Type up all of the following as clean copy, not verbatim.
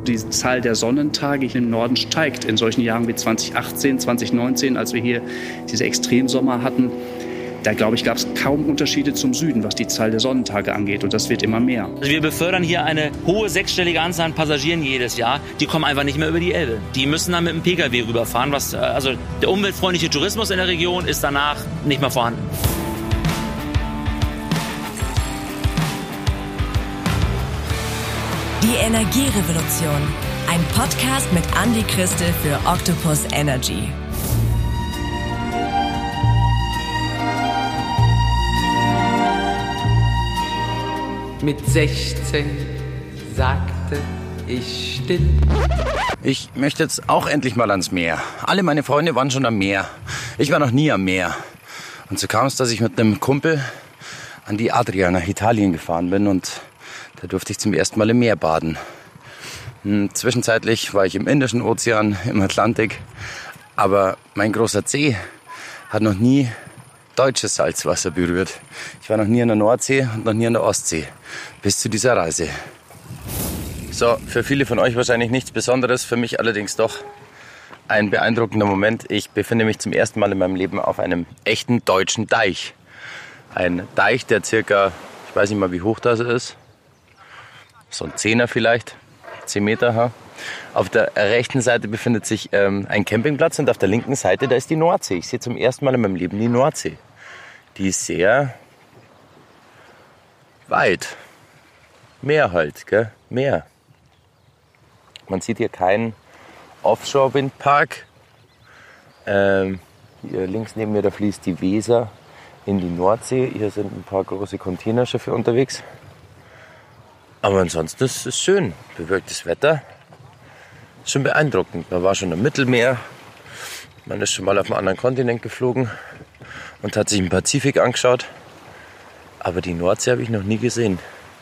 Die Zahl der Sonnentage im Norden steigt. In solchen Jahren wie 2018, 2019, als wir hier diese Extremsommer hatten, da, glaube ich, gab es kaum Unterschiede zum Süden, was die Zahl der Sonnentage angeht. Und das wird immer mehr. Also wir befördern hier eine hohe sechsstellige Anzahl an Passagieren jedes Jahr. Die kommen einfach nicht mehr über die Elbe. Die müssen dann mit dem Pkw rüberfahren. Also der umweltfreundliche Tourismus in der Region ist danach nicht mehr vorhanden. Die Energierevolution. Ein Podcast mit Andi Christel für Octopus Energy. Mit 16 sagte ich still. Ich möchte jetzt auch endlich mal ans Meer. Alle meine Freunde waren schon am Meer. Ich war noch nie am Meer. Und so kam es, dass ich mit einem Kumpel an die Adria nach Italien gefahren bin und da durfte ich zum ersten Mal im Meer baden. Zwischenzeitlich war ich im Indischen Ozean, im Atlantik. Aber mein großer Zeh hat noch nie deutsches Salzwasser berührt. Ich war noch nie an der Nordsee und noch nie an der Ostsee. Bis zu dieser Reise. So, für viele von euch wahrscheinlich nichts Besonderes, für mich allerdings doch ein beeindruckender Moment. Ich befinde mich zum ersten Mal in meinem Leben auf einem echten deutschen Deich. Ein Deich, der circa, ich weiß nicht mal wie hoch das ist, so ein 10er vielleicht, 10 Meter. Ha? Auf der rechten Seite befindet sich ein Campingplatz und auf der linken Seite, da ist die Nordsee. Ich sehe zum ersten Mal in meinem Leben die Nordsee. Die ist sehr weit. Meer halt, gell? Meer. Man sieht hier keinen Offshore-Windpark. Hier links neben mir, da fließt die Weser in die Nordsee. Hier sind ein paar große Containerschiffe unterwegs. Aber ansonsten ist es schön. Bewölktes Wetter. Schon beeindruckend. Man war schon im Mittelmeer. Man ist schon mal auf einem anderen Kontinent geflogen und hat sich den Pazifik angeschaut. Aber die Nordsee habe ich noch nie gesehen.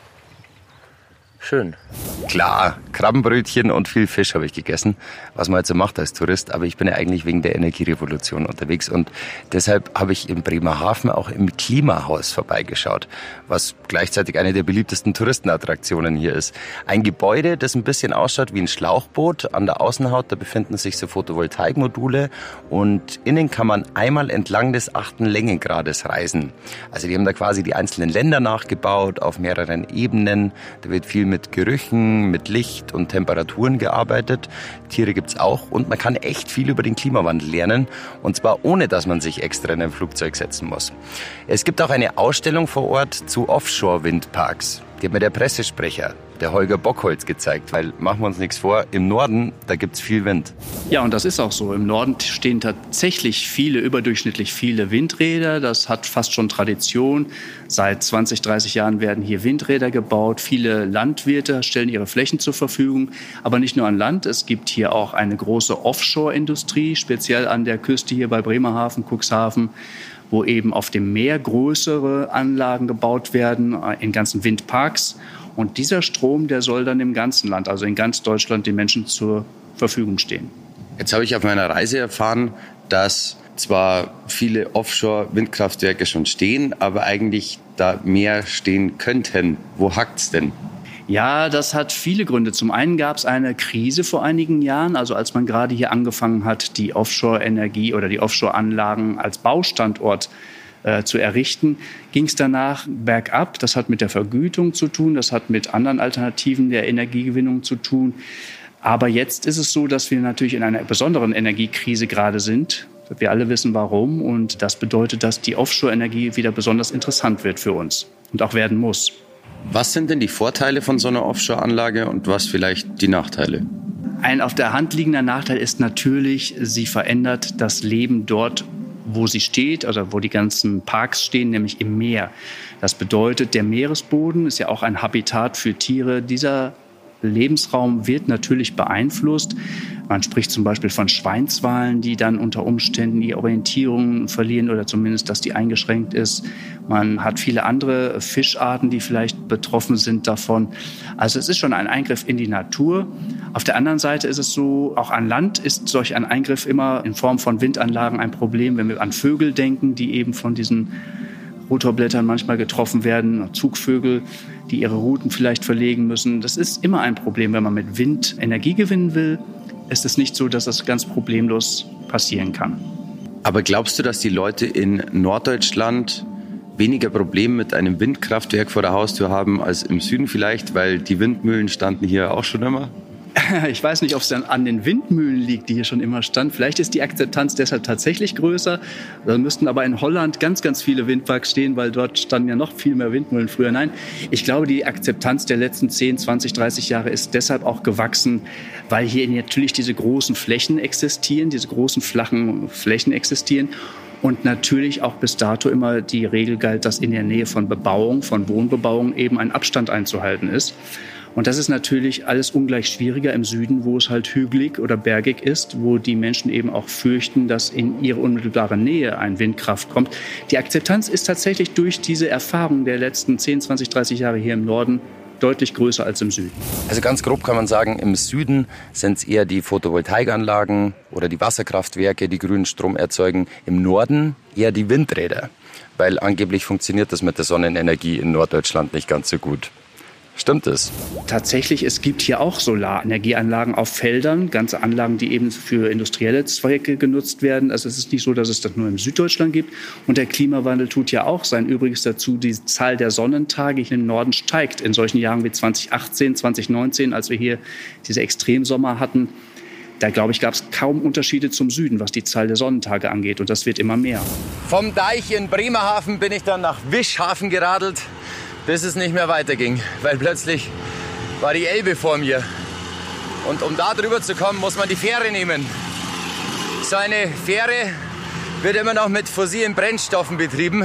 Schön. Klar, Krabbenbrötchen und viel Fisch habe ich gegessen, was man halt so macht als Tourist. Aber ich bin ja eigentlich wegen der Energierevolution unterwegs und deshalb habe ich in Bremerhaven auch im Klimahaus vorbeigeschaut, was gleichzeitig eine der beliebtesten Touristenattraktionen hier ist. Ein Gebäude, das ein bisschen ausschaut wie ein Schlauchboot. An der Außenhaut, da befinden sich so Photovoltaikmodule und innen kann man einmal entlang des 8. Längengrades reisen. Also die haben da quasi die einzelnen Länder nachgebaut auf mehreren Ebenen. Da wird viel mit Gerüchen, mit Licht und Temperaturen gearbeitet. Tiere gibt's auch und man kann echt viel über den Klimawandel lernen und zwar ohne, dass man sich extra in ein Flugzeug setzen muss. Es gibt auch eine Ausstellung vor Ort zu Offshore-Windparks. Die hat mir der Pressesprecher, der Holger Bockholz, gezeigt, weil, machen wir uns nichts vor, im Norden, da gibt's viel Wind. Ja, und das ist auch so. Im Norden stehen tatsächlich überdurchschnittlich viele Windräder. Das hat fast schon Tradition. Seit 20, 30 Jahren werden hier Windräder gebaut. Viele Landwirte stellen ihre Flächen zur Verfügung. Aber nicht nur an Land. Es gibt hier auch eine große Offshore-Industrie, speziell an der Küste hier bei Bremerhaven, Cuxhaven, wo eben auf dem Meer größere Anlagen gebaut werden, in ganzen Windparks. Und dieser Strom, der soll dann im ganzen Land, also in ganz Deutschland, den Menschen zur Verfügung stehen. Jetzt habe ich auf meiner Reise erfahren, dass zwar viele Offshore-Windkraftwerke schon stehen, aber eigentlich da mehr stehen könnten. Wo hackt's denn? Ja, das hat viele Gründe. Zum einen gab es eine Krise vor einigen Jahren, also als man gerade hier angefangen hat, die Offshore-Energie oder die Offshore-Anlagen als Baustandort zu errichten, ging es danach bergab. Das hat mit der Vergütung zu tun, das hat mit anderen Alternativen der Energiegewinnung zu tun. Aber jetzt ist es so, dass wir natürlich in einer besonderen Energiekrise gerade sind. Wir alle wissen warum und das bedeutet, dass die Offshore-Energie wieder besonders interessant wird für uns und auch werden muss. Was sind denn die Vorteile von so einer Offshore-Anlage und was vielleicht die Nachteile? Ein auf der Hand liegender Nachteil ist natürlich, sie verändert das Leben dort, wo sie steht, also wo die ganzen Parks stehen, nämlich im Meer. Das bedeutet, der Meeresboden ist ja auch ein Habitat für Tiere. Dieser Lebensraum wird natürlich beeinflusst. Man spricht zum Beispiel von Schweinswalen, die dann unter Umständen die Orientierung verlieren oder zumindest, dass die eingeschränkt ist. Man hat viele andere Fischarten, die vielleicht betroffen sind davon. Also es ist schon ein Eingriff in die Natur. Auf der anderen Seite ist es so, auch an Land ist solch ein Eingriff immer in Form von Windanlagen ein Problem, wenn wir an Vögel denken, die eben von diesen Rotorblättern manchmal getroffen werden, Zugvögel, die ihre Routen vielleicht verlegen müssen. Das ist immer ein Problem, wenn man mit Wind Energie gewinnen will. Ist es nicht so, dass das ganz problemlos passieren kann. Aber glaubst du, dass die Leute in Norddeutschland weniger Probleme mit einem Windkraftwerk vor der Haustür haben als im Süden vielleicht, weil die Windmühlen standen hier auch schon immer? Ich weiß nicht, ob es dann an den Windmühlen liegt, die hier schon immer standen. Vielleicht ist die Akzeptanz deshalb tatsächlich größer. Da müssten aber in Holland ganz, ganz viele Windparks stehen, weil dort standen ja noch viel mehr Windmühlen früher. Nein, ich glaube, die Akzeptanz der letzten 10, 20, 30 Jahre ist deshalb auch gewachsen, weil hier natürlich diese großen Flächen existieren, diese großen flachen Flächen existieren. Und natürlich auch bis dato immer die Regel galt, dass in der Nähe von Bebauung, von Wohnbebauung eben ein Abstand einzuhalten ist. Und das ist natürlich alles ungleich schwieriger im Süden, wo es halt hügelig oder bergig ist, wo die Menschen eben auch fürchten, dass in ihre unmittelbare Nähe ein Windkraft kommt. Die Akzeptanz ist tatsächlich durch diese Erfahrung der letzten 10, 20, 30 Jahre hier im Norden deutlich größer als im Süden. Also ganz grob kann man sagen, im Süden sind es eher die Photovoltaikanlagen oder die Wasserkraftwerke, die grünen Strom erzeugen. Im Norden eher die Windräder, weil angeblich funktioniert das mit der Sonnenenergie in Norddeutschland nicht ganz so gut. Stimmt es? Tatsächlich, es gibt hier auch Solarenergieanlagen auf Feldern, ganze Anlagen, die eben für industrielle Zwecke genutzt werden. Also es ist nicht so, dass es das nur in Süddeutschland gibt. Und der Klimawandel tut ja auch sein Übriges dazu. Die Zahl der Sonnentage hier im Norden steigt. In solchen Jahren wie 2018, 2019, als wir hier diese Extremsommer hatten, da, glaube ich, gab es kaum Unterschiede zum Süden, was die Zahl der Sonnentage angeht. Und das wird immer mehr. Vom Deich in Bremerhaven bin ich dann nach Wischhafen geradelt, bis es nicht mehr weiterging, weil plötzlich war die Elbe vor mir. Und um da drüber zu kommen, muss man die Fähre nehmen. So eine Fähre wird immer noch mit fossilen Brennstoffen betrieben.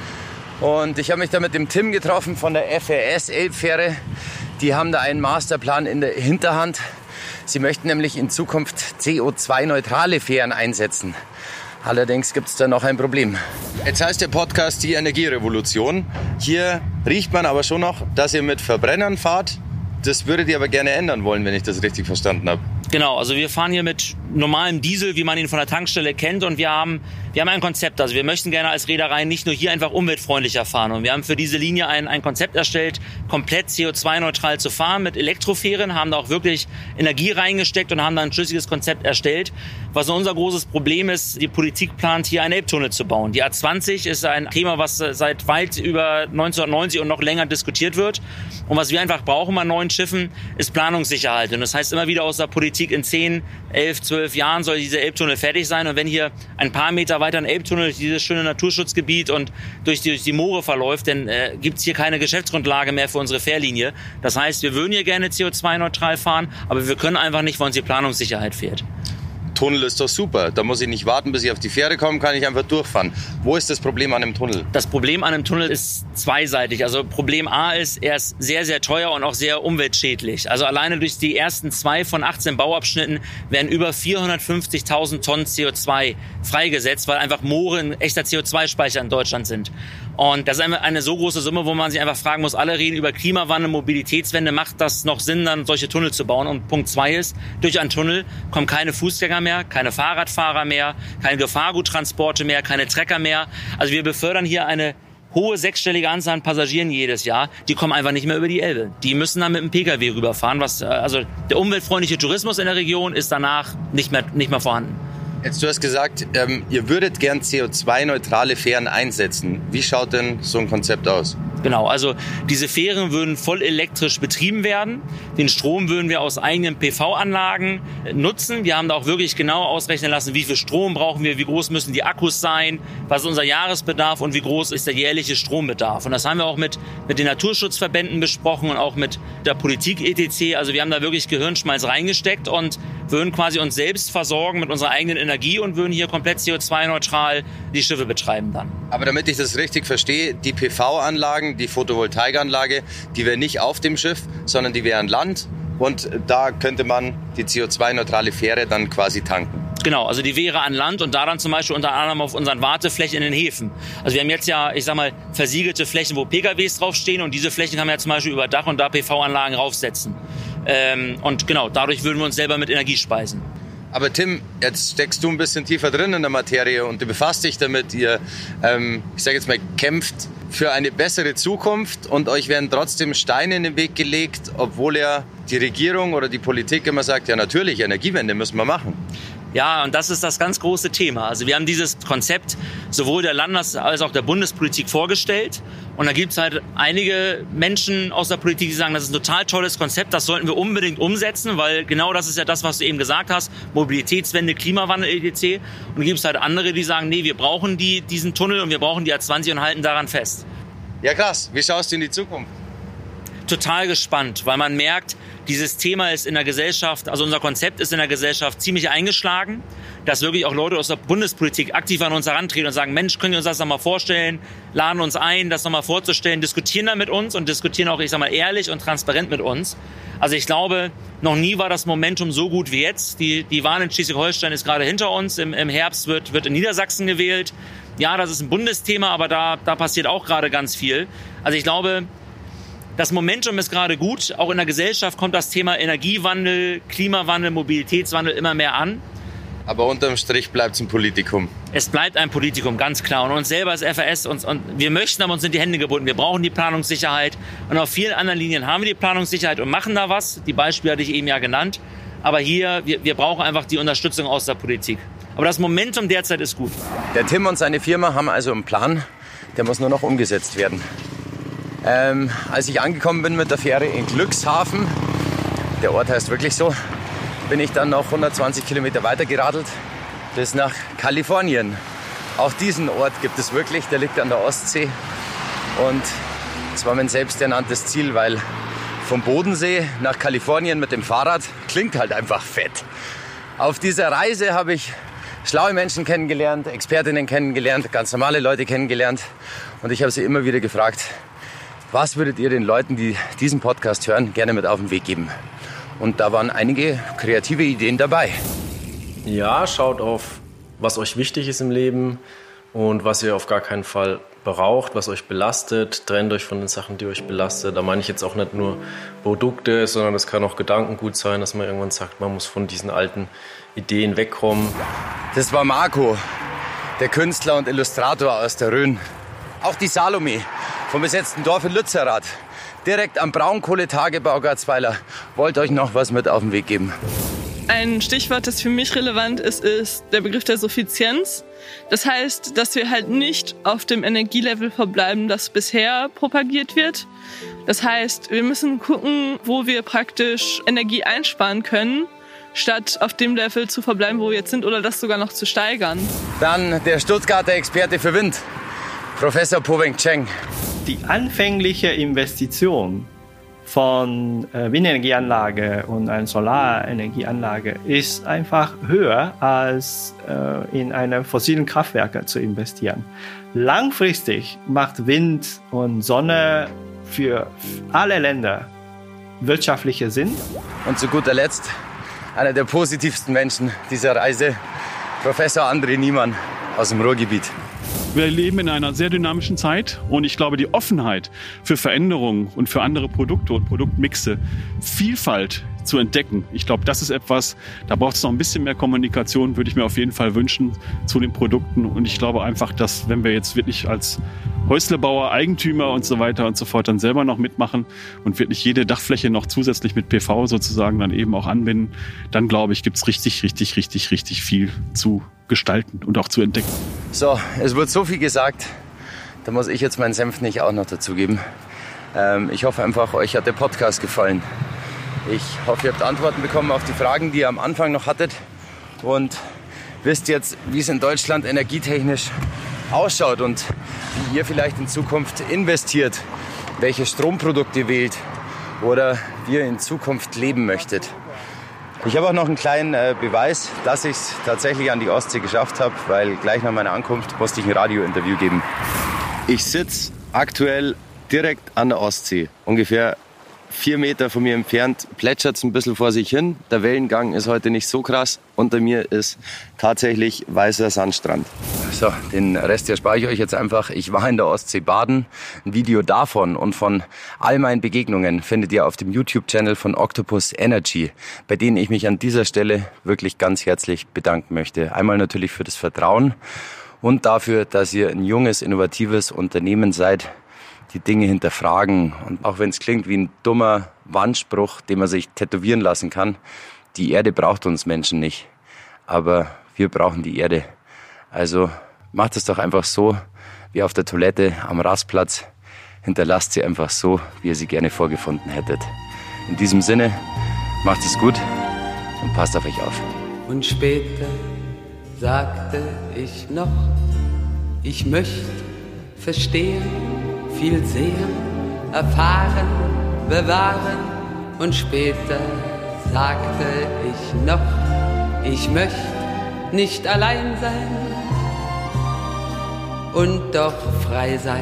Und ich habe mich da mit dem Tim getroffen von der FRS Elbfähre. Die haben da einen Masterplan in der Hinterhand. Sie möchten nämlich in Zukunft CO2-neutrale Fähren einsetzen. Allerdings gibt es da noch ein Problem. Jetzt heißt der Podcast die Energierevolution. Hier riecht man aber schon noch, dass ihr mit Verbrennern fahrt. Das würdet ihr aber gerne ändern wollen, wenn ich das richtig verstanden habe. Genau, also wir fahren hier mit normalem Diesel, wie man ihn von der Tankstelle kennt. Und wir haben ein Konzept. Also wir möchten gerne als Reederei nicht nur hier einfach umweltfreundlicher fahren. Und wir haben für diese Linie ein Konzept erstellt, komplett CO2-neutral zu fahren mit Elektrofähren, haben da auch wirklich Energie reingesteckt und haben da ein schlüssiges Konzept erstellt. Was unser großes Problem ist, die Politik plant hier einen Elbtunnel zu bauen. Die A20 ist ein Thema, was seit weit über 1990 und noch länger diskutiert wird. Und was wir einfach brauchen bei neuen Schiffen, ist Planungssicherheit. Und das heißt immer wieder aus der Politik, in 10, 11, 12 Jahren soll dieser Elbtunnel fertig sein. Und wenn hier ein paar Meter weiter ein Elbtunnel durch dieses schöne Naturschutzgebiet und durch die Moore verläuft, dann gibt's hier keine Geschäftsgrundlage mehr für unsere Fährlinie. Das heißt, wir würden hier gerne CO2-neutral fahren, aber wir können einfach nicht, weil uns die Planungssicherheit fehlt. Tunnel ist doch super. Da muss ich nicht warten, bis ich auf die Fähre komme, kann ich einfach durchfahren. Wo ist das Problem an einem Tunnel? Das Problem an einem Tunnel ist zweiseitig. Also Problem A ist, er ist sehr, sehr teuer und auch sehr umweltschädlich. Also alleine durch die ersten 2 von 18 Bauabschnitten werden über 450.000 Tonnen CO2 freigesetzt, weil einfach Moore ein echter CO2-Speicher in Deutschland sind. Und das ist einfach eine so große Summe, wo man sich einfach fragen muss, alle reden über Klimawandel, Mobilitätswende, macht das noch Sinn, dann solche Tunnel zu bauen? Und Punkt 2 ist, durch einen Tunnel kommen keine Fußgänger mehr, keine Fahrradfahrer mehr, keine Gefahrguttransporte mehr, keine Trecker mehr. Also wir befördern hier eine hohe 6-stellige Anzahl an Passagieren jedes Jahr. Die kommen einfach nicht mehr über die Elbe. Die müssen dann mit dem Pkw rüberfahren. Also der umweltfreundliche Tourismus in der Region ist danach nicht mehr vorhanden. Jetzt, du hast gesagt, ihr würdet gern CO2-neutrale Fähren einsetzen. Wie schaut denn so ein Konzept aus? Genau, also diese Fähren würden voll elektrisch betrieben werden. Den Strom würden wir aus eigenen PV-Anlagen nutzen. Wir haben da auch wirklich genau ausrechnen lassen, wie viel Strom brauchen wir, wie groß müssen die Akkus sein, was ist unser Jahresbedarf und wie groß ist der jährliche Strombedarf. Und das haben wir auch mit den Naturschutzverbänden besprochen und auch mit der Politik etc. Also wir haben da wirklich Gehirnschmalz reingesteckt und würden quasi uns selbst versorgen mit unserer eigenen Energie und würden hier komplett CO2-neutral die Schiffe betreiben dann. Aber damit ich das richtig verstehe, die PV-Anlagen, die Photovoltaikanlage, die wäre nicht auf dem Schiff, sondern die wäre an Land und da könnte man die CO2-neutrale Fähre dann quasi tanken. Genau, also die wäre an Land und da dann zum Beispiel unter anderem auf unseren Warteflächen in den Häfen. Also wir haben jetzt ja, versiegelte Flächen, wo PKWs draufstehen und diese Flächen kann man ja zum Beispiel über Dach und da PV-Anlagen raufsetzen. Und genau, dadurch würden wir uns selber mit Energie speisen. Aber Tim, jetzt steckst du ein bisschen tiefer drin in der Materie und du befasst dich damit. Ihr, kämpft für eine bessere Zukunft und euch werden trotzdem Steine in den Weg gelegt, obwohl ja die Regierung oder die Politik immer sagt, ja natürlich, Energiewende müssen wir machen. Ja, und das ist das ganz große Thema. Also wir haben dieses Konzept sowohl der Landes- als auch der Bundespolitik vorgestellt. Und da gibt es halt einige Menschen aus der Politik, die sagen, das ist ein total tolles Konzept, das sollten wir unbedingt umsetzen, weil genau das ist ja das, was du eben gesagt hast, Mobilitätswende, Klimawandel, etc. Und dann gibt es halt andere, die sagen, nee, wir brauchen diesen Tunnel und wir brauchen die A20 und halten daran fest. Ja krass, wie schaust du in die Zukunft? Total gespannt, weil man merkt, dieses Thema ist in der Gesellschaft, also unser Konzept ist in der Gesellschaft ziemlich eingeschlagen, dass wirklich auch Leute aus der Bundespolitik aktiv an uns herantreten und sagen, Mensch, können wir uns das nochmal vorstellen, laden uns ein, das nochmal vorzustellen, diskutieren dann mit uns und diskutieren auch, ich sag mal, ehrlich und transparent mit uns. Also ich glaube, noch nie war das Momentum so gut wie jetzt. Die Wahl in Schleswig-Holstein ist gerade hinter uns, im Herbst wird in Niedersachsen gewählt. Ja, das ist ein Bundesthema, aber da passiert auch gerade ganz viel. Also ich glaube, das Momentum ist gerade gut. Auch in der Gesellschaft kommt das Thema Energiewandel, Klimawandel, Mobilitätswandel immer mehr an. Aber unterm Strich bleibt es ein Politikum. Es bleibt ein Politikum, ganz klar. Und uns selber als FAS, und wir möchten, aber uns sind die Hände gebunden. Wir brauchen die Planungssicherheit. Und auf vielen anderen Linien haben wir die Planungssicherheit und machen da was. Die Beispiele hatte ich eben ja genannt. Aber hier, wir brauchen einfach die Unterstützung aus der Politik. Aber das Momentum derzeit ist gut. Der Tim und seine Firma haben also einen Plan, der muss nur noch umgesetzt werden. Als ich angekommen bin mit der Fähre in Glückshafen, der Ort heißt wirklich so, bin ich dann noch 120 Kilometer weiter geradelt bis nach Kalifornien. Auch diesen Ort gibt es wirklich, der liegt an der Ostsee. Und es war mein selbsternanntes Ziel, weil vom Bodensee nach Kalifornien mit dem Fahrrad klingt halt einfach fett. Auf dieser Reise habe ich schlaue Menschen kennengelernt, Expertinnen kennengelernt, ganz normale Leute kennengelernt. Und ich habe sie immer wieder gefragt, was würdet ihr den Leuten, die diesen Podcast hören, gerne mit auf den Weg geben? Und da waren einige kreative Ideen dabei. Ja, schaut auf, was euch wichtig ist im Leben und was ihr auf gar keinen Fall braucht, was euch belastet. Trennt euch von den Sachen, die euch belastet. Da meine ich jetzt auch nicht nur Produkte, sondern das kann auch Gedankengut sein, dass man irgendwann sagt, man muss von diesen alten Ideen wegkommen. Das war Marco, der Künstler und Illustrator aus der Rhön. Auch die Salome vom besetzten Dorf in Lützerath, direkt am Braunkohletagebau Garzweiler, wollte euch noch was mit auf den Weg geben. Ein Stichwort, das für mich relevant ist, ist der Begriff der Suffizienz. Das heißt, dass wir halt nicht auf dem Energielevel verbleiben, das bisher propagiert wird. Das heißt, wir müssen gucken, wo wir praktisch Energie einsparen können, statt auf dem Level zu verbleiben, wo wir jetzt sind, oder das sogar noch zu steigern. Dann der Stuttgarter Experte für Wind, Professor Po-Weng Cheng. Die anfängliche Investition von Windenergieanlage und einer Solarenergieanlage ist einfach höher als in eine fossilen Kraftwerke zu investieren. Langfristig macht Wind und Sonne für alle Länder wirtschaftlicher Sinn. Und zu guter Letzt einer der positivsten Menschen dieser Reise, Professor André Niemann aus dem Ruhrgebiet. Wir leben in einer sehr dynamischen Zeit und ich glaube, die Offenheit für Veränderungen und für andere Produkte und Produktmixe, Vielfalt zu entdecken. Ich glaube, das ist etwas, da braucht es noch ein bisschen mehr Kommunikation, würde ich mir auf jeden Fall wünschen zu den Produkten. Und ich glaube einfach, dass wenn wir jetzt wirklich als Häuslebauer, Eigentümer und so weiter und so fort dann selber noch mitmachen und wirklich jede Dachfläche noch zusätzlich mit PV sozusagen dann eben auch anbinden, dann glaube ich, gibt es richtig viel zu gestalten und auch zu entdecken. So, es wird so viel gesagt, da muss ich jetzt meinen Senf nicht auch noch dazugeben. Ich hoffe einfach, euch hat der Podcast gefallen. Ich hoffe, ihr habt Antworten bekommen auf die Fragen, die ihr am Anfang noch hattet und wisst jetzt, wie es in Deutschland energietechnisch ausschaut und wie ihr vielleicht in Zukunft investiert, welche Stromprodukte ihr wählt oder wie ihr in Zukunft leben möchtet. Ich habe auch noch einen kleinen Beweis, dass ich es tatsächlich an die Ostsee geschafft habe, weil gleich nach meiner Ankunft musste ich ein Radiointerview geben. Ich sitze aktuell direkt an der Ostsee, ungefähr 4 Meter von mir entfernt plätschert es ein bisschen vor sich hin. Der Wellengang ist heute nicht so krass. Unter mir ist tatsächlich weißer Sandstrand. So, den Rest erspare ich euch jetzt einfach. Ich war in der Ostsee baden. Ein Video davon und von all meinen Begegnungen findet ihr auf dem YouTube-Channel von Octopus Energy, bei denen ich mich an dieser Stelle wirklich ganz herzlich bedanken möchte. Einmal natürlich für das Vertrauen und dafür, dass ihr ein junges, innovatives Unternehmen seid, die Dinge hinterfragen. Und auch wenn es klingt wie ein dummer Wandspruch, den man sich tätowieren lassen kann, die Erde braucht uns Menschen nicht, aber wir brauchen die Erde. Also macht es doch einfach so, wie auf der Toilette am Rastplatz. Hinterlasst sie einfach so, wie ihr sie gerne vorgefunden hättet. In diesem Sinne, macht es gut und passt auf euch auf. Und später sagte ich noch, ich möchte verstehen, viel sehen, erfahren, bewahren. Und später sagte ich noch, ich möchte nicht allein sein und doch frei sein.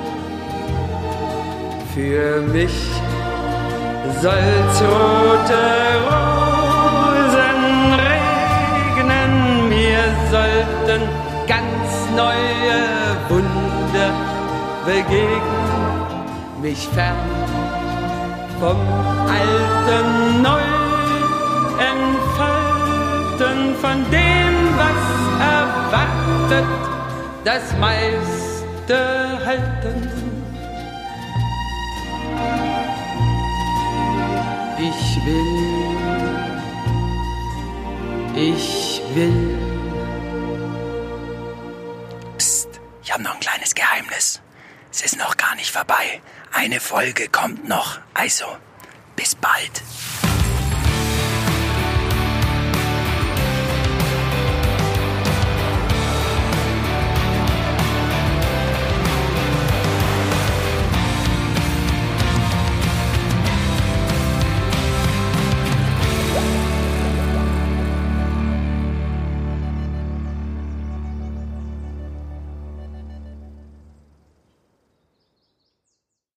Für mich soll's rote Rosen regnen, mir sollten ganz neue Wunder begegnen, mich fern vom Alten neu entfalten, von dem, was erwartet, das meiste halten. Ich will. Psst, ich habe noch ein kleines Geheimnis. Es ist noch gar nicht vorbei. Eine Folge kommt noch. Also, bis bald.